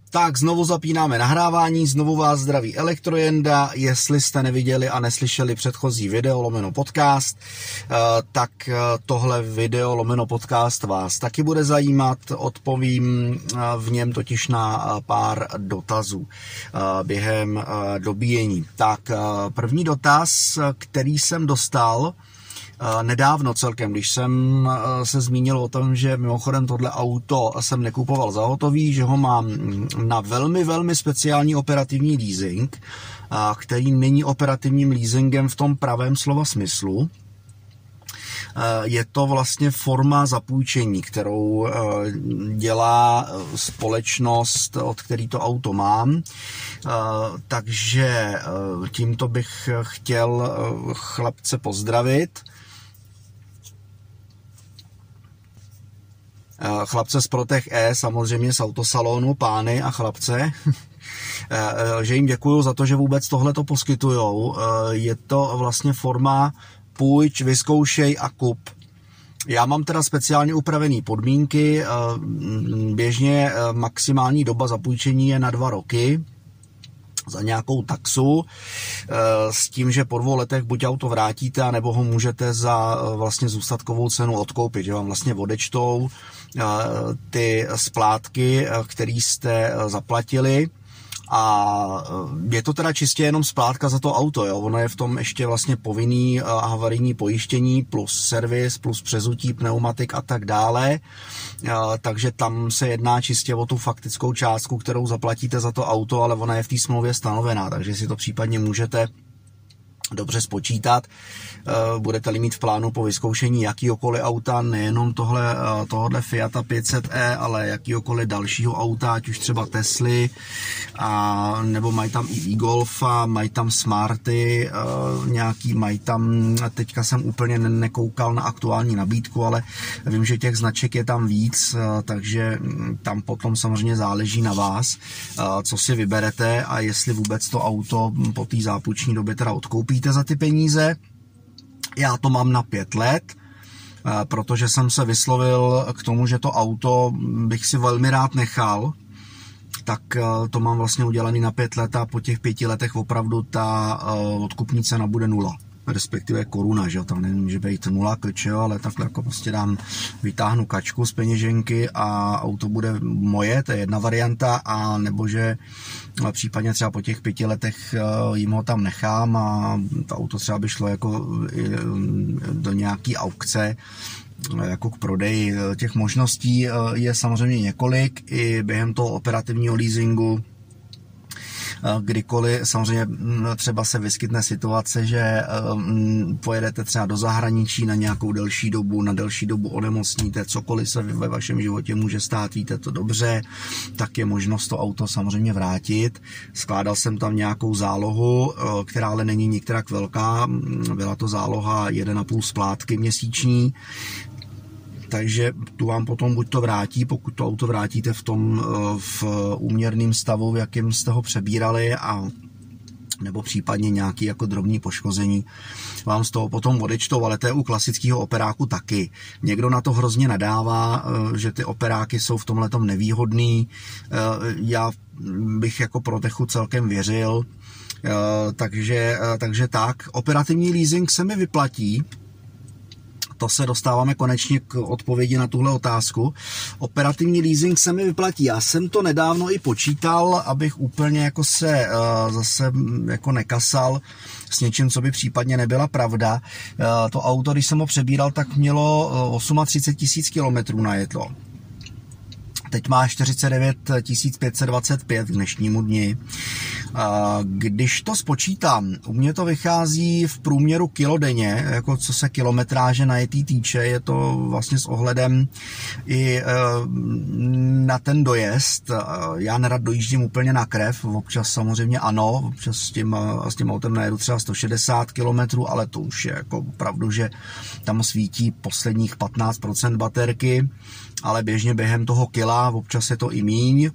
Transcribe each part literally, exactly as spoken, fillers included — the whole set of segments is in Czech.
Tak znovu zapínáme nahrávání, znovu vás zdraví Elektrojenda. Jestli jste neviděli a neslyšeli předchozí video lomeno podcast, tak tohle video lomeno podcast vás taky bude zajímat. Odpovím v něm totiž na pár dotazů během dobíjení. Tak první dotaz, který jsem dostal nedávno celkem, když jsem se zmínil o tom, že mimochodem tohle auto jsem nekupoval za hotový, že ho mám na velmi, velmi speciální operativní leasing, který není operativním leasingem v tom pravém slova smyslu. Je to vlastně forma zapůjčení, kterou dělá společnost, od který to auto mám. Takže tímto bych chtěl chlapce pozdravit. Chlapce z Protech E, samozřejmě z autosalonu, pány a chlapce, že jim děkuju za to, že vůbec tohleto poskytujou. Je to vlastně forma půjč, vyzkoušej a kup. Já mám teda speciálně upravené podmínky, běžně maximální doba zapůjčení je na dva roky za nějakou taxu, s tím, že po dvou letech buď auto vrátíte, anebo ho můžete za vlastně zůstatkovou cenu odkoupit, že vám vlastně odečtou ty splátky, které jste zaplatili. A je to teda čistě jenom splátka za to auto, jo? Ono je v tom ještě vlastně povinný havarijní pojištění plus servis, plus přezutí pneumatik a tak dále, takže tam se jedná čistě o tu faktickou částku, kterou zaplatíte za to auto, ale ona je v té smlouvě stanovená, takže si to případně můžete dobře spočítat. Budete-li mít v plánu po vyzkoušení jakýhokoliv auta, nejenom tohle, tohle Fiata pět set e, ale jakýhokoliv dalšího auta, ať už třeba Tesly, a nebo mají tam i e-Golfa, mají tam Smarty, nějaký, mají tam, teďka jsem úplně nekoukal na aktuální nabídku, ale vím, že těch značek je tam víc, takže tam potom samozřejmě záleží na vás, co si vyberete a jestli vůbec to auto po té zápůjční době teda odkoupíte za ty peníze. Já to mám na pět let, protože jsem se vyslovil k tomu, že to auto bych si velmi rád nechal, tak to mám vlastně udělaný na pět let a po těch pěti letech opravdu ta odkupní cena bude nula. Respektive koruna, že jo, tam nemůže být nula klče, ale takhle jako prostě dám, vytáhnu kačku z peněženky a auto bude moje, to je jedna varianta, a nebo že případně třeba po těch pěti letech jim ho tam nechám a to auto třeba by šlo jako do nějaký aukce, jako k prodeji. Těch možností je samozřejmě několik i během toho operativního leasingu. Kdykoliv samozřejmě třeba se vyskytne situace, že pojedete třeba do zahraničí na nějakou delší dobu, na delší dobu onemocníte, cokoliv se ve vašem životě může stát, víte to dobře, tak je možnost to auto samozřejmě vrátit. Skládal jsem tam nějakou zálohu, která ale není nikterak velká, byla to záloha jedna a půl splátky měsíční, takže tu vám potom buď to vrátí, pokud to auto vrátíte v tom v úměrném stavu, v jakém jste ho přebírali, a nebo případně nějaký jako drobný poškození vám z toho potom odečtou, ale to je u klasického operáku taky. Někdo na to hrozně nadává, že ty operáky jsou v tomhletom nevýhodný. Já bych jako Protechu celkem věřil, takže, takže tak. Operativní leasing se mi vyplatí. To se dostáváme konečně k odpovědi na tuhle otázku. Operativní leasing se mi vyplatí. Já jsem to nedávno i počítal, abych úplně jako se uh, zase jako nekasal s něčím, co by případně nebyla pravda. Uh, to auto, když jsem ho přebíral, tak mělo třicet osm tisíc kilometrů najetlo. Teď má čtyřicet devět tisíc pět set dvacet pět k dnešnímu dni. Když to spočítám, u mě to vychází v průměru kilo denně, jako co se kilometráže najetý týče, je to vlastně s ohledem i na ten dojezd. Já nerad dojíždím úplně na krev, občas samozřejmě ano, občas s tím, s tím autem najedu třeba sto šedesát kilometrů, ale to už je jako opravdu, že tam svítí posledních patnáct procent baterky, ale běžně během toho kila, občas je to i míň.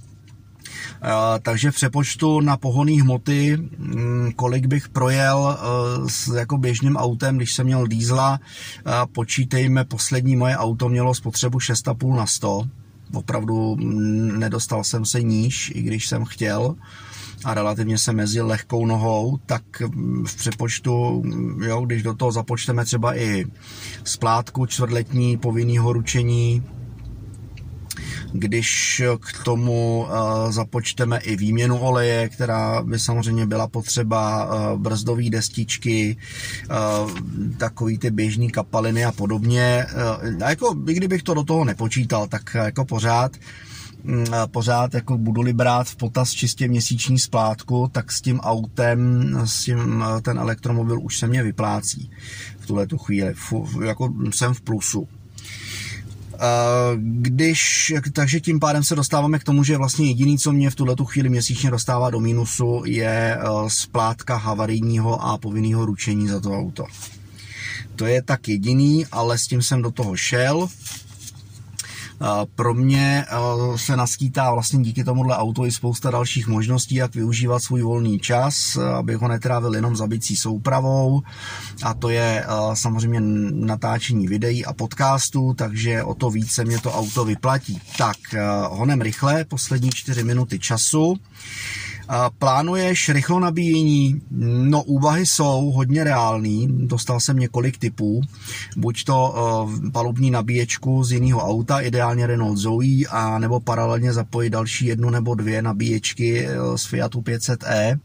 Takže v přepočtu na pohonné hmoty, kolik bych projel s jako běžným autem, když jsem měl diesla, počítejme, poslední moje auto mělo spotřebu šest a půl na sto, opravdu nedostal jsem se níž, i když jsem chtěl, a relativně jsem jezdil lehkou nohou, tak v přepočtu, jo, když do toho započteme třeba i splátku čtvrtletní povinného ručení, když k tomu uh, započteme i výměnu oleje, která by samozřejmě byla potřeba, uh, brzdové destičky, uh, takový ty běžný kapaliny a podobně. Uh, a jako, i kdybych to do toho nepočítal, tak jako pořád pořád jako budu-li brát v potaz čistě měsíční splátku, tak s tím autem, s tím ten elektromobil už se mě vyplácí v tuhletu chvíli. F, jako jsem v plusu. Když, takže tím pádem se dostáváme k tomu, že vlastně jediný, co mě v tuhletu chvíli měsíčně dostává do mínusu, je splátka havarijního a povinného ručení za to auto. To je tak jediný, ale s tím jsem do toho šel. Pro mě se naskýtá vlastně díky tomuhle auto i spousta dalších možností, jak využívat svůj volný čas, abych ho netrávil jenom zabicí soupravou, a to je samozřejmě natáčení videí a podcastů, takže o to více mě to auto vyplatí. Tak honem rychle, poslední čtyři minuty času. Plánuješ rychlo nabíjení? No, úvahy jsou hodně reální, dostal jsem několik typů, buď to uh, palubní nabíječku z jiného auta, ideálně Renault Zoe, a nebo paralelně zapojit další jednu nebo dvě nabíječky z Fiatu pět set e.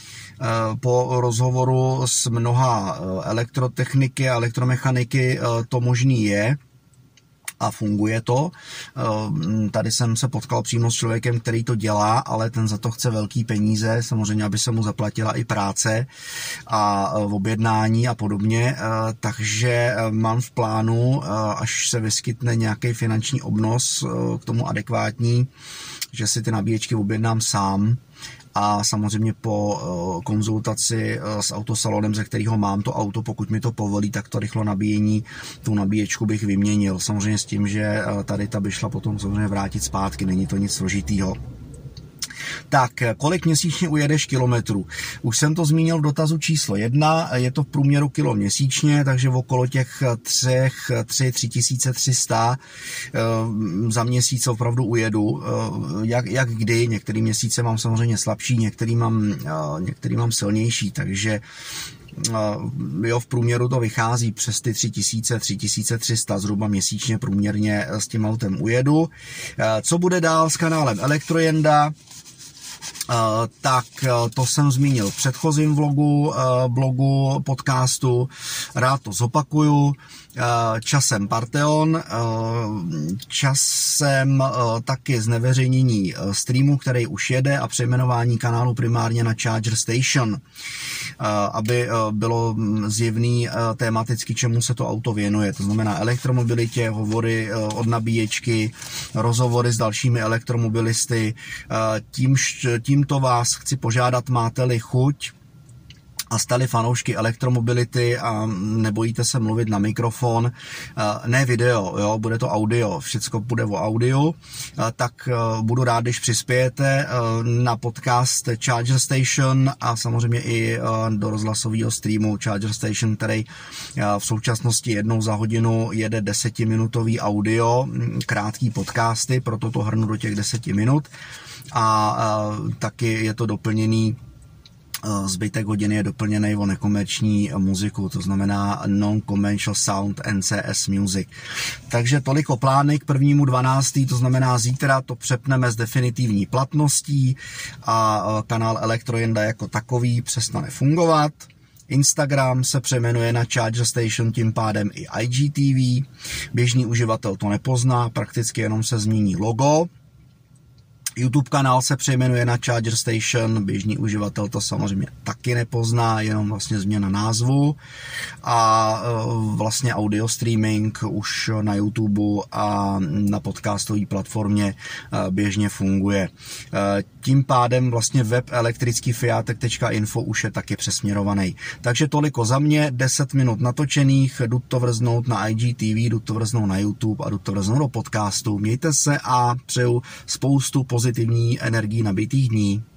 Po rozhovoru s mnoha elektrotechniky a elektromechaniky to možný je. A funguje to. Tady jsem se potkal přímo s člověkem, který to dělá, ale ten za to chce velký peníze, samozřejmě, aby se mu zaplatila i práce a objednání a podobně. Takže mám v plánu, až se vyskytne nějaký finanční obnos k tomu adekvátní, že si ty nabíječky objednám sám. A samozřejmě po konzultaci s autosalonem, ze kterého mám to auto, pokud mi to povolí, tak to rychlo nabíjení, tu nabíječku bych vyměnil. Samozřejmě s tím, že tady ta by šla potom samozřejmě vrátit zpátky, není to nic složitýho. Tak, kolik měsíčně ujedeš kilometrů? Už jsem to zmínil v dotazu číslo jedna, je to v průměru kilo měsíčně, takže okolo těch třech, tři, tři tisíce tři sta za měsíc opravdu ujedu. Jak, jak kdy, některý měsíce mám samozřejmě slabší, některý mám, některý mám silnější, takže jo, v průměru to vychází přes ty tři tisíce, tři tisíce tři sta zhruba měsíčně průměrně s tím autem ujedu. Co bude dál s kanálem Elektrojenda? Uh, tak uh, to jsem zmínil v předchozím vlogu, uh, blogu, podcastu, rád to zopakuju. Uh, časem Partheon, uh, časem uh, taky zneveřejnění uh, streamu, který už jede, a přejmenování kanálu primárně na Charger Station, uh, aby uh, bylo zjevný uh, tematicky, čemu se to auto věnuje. To znamená elektromobilitě, hovory uh, od nabíječky, rozhovory s dalšími elektromobilisty. Uh, tímž, tímto vás chci požádat, máte-li chuť a stali fanoušky elektromobility a nebojíte se mluvit na mikrofon, ne video, jo, bude to audio, všecko bude o audiu, tak budu rád, když přispějete na podcast Charger Station a samozřejmě i do rozhlasového streamu Charger Station, který v současnosti jednou za hodinu jede desetiminutový audio, krátký podcasty, proto to hrnu do těch deseti minut, a taky je to doplněný, zbytek hodiny je doplněný o nekomerční muziku, to znamená non-commercial sound N C S music. Takže toliko plány k prvnímu dvanáctému, to znamená zítra to přepneme s definitivní platností a kanál Elektrojenda jako takový přestane fungovat. Instagram se přejmenuje na Charger Station, tím pádem i I G T V. Běžný uživatel to nepozná, prakticky jenom se změní logo. YouTube kanál se přejmenuje na Charger Station, běžný uživatel to samozřejmě taky nepozná, jenom vlastně změna názvu, a vlastně audio streaming už na YouTube a na podcastové platformě běžně funguje. Tím pádem vlastně web elektrický fiatek tečka info už je taky přesměrovaný. Takže toliko za mě, deset minut natočených, jdu to vrznout na I G T V, jdu to vrznout na YouTube a jdu to vrznout do podcastu. Mějte se a přeju spoustu pozitivní energií nabitých dní.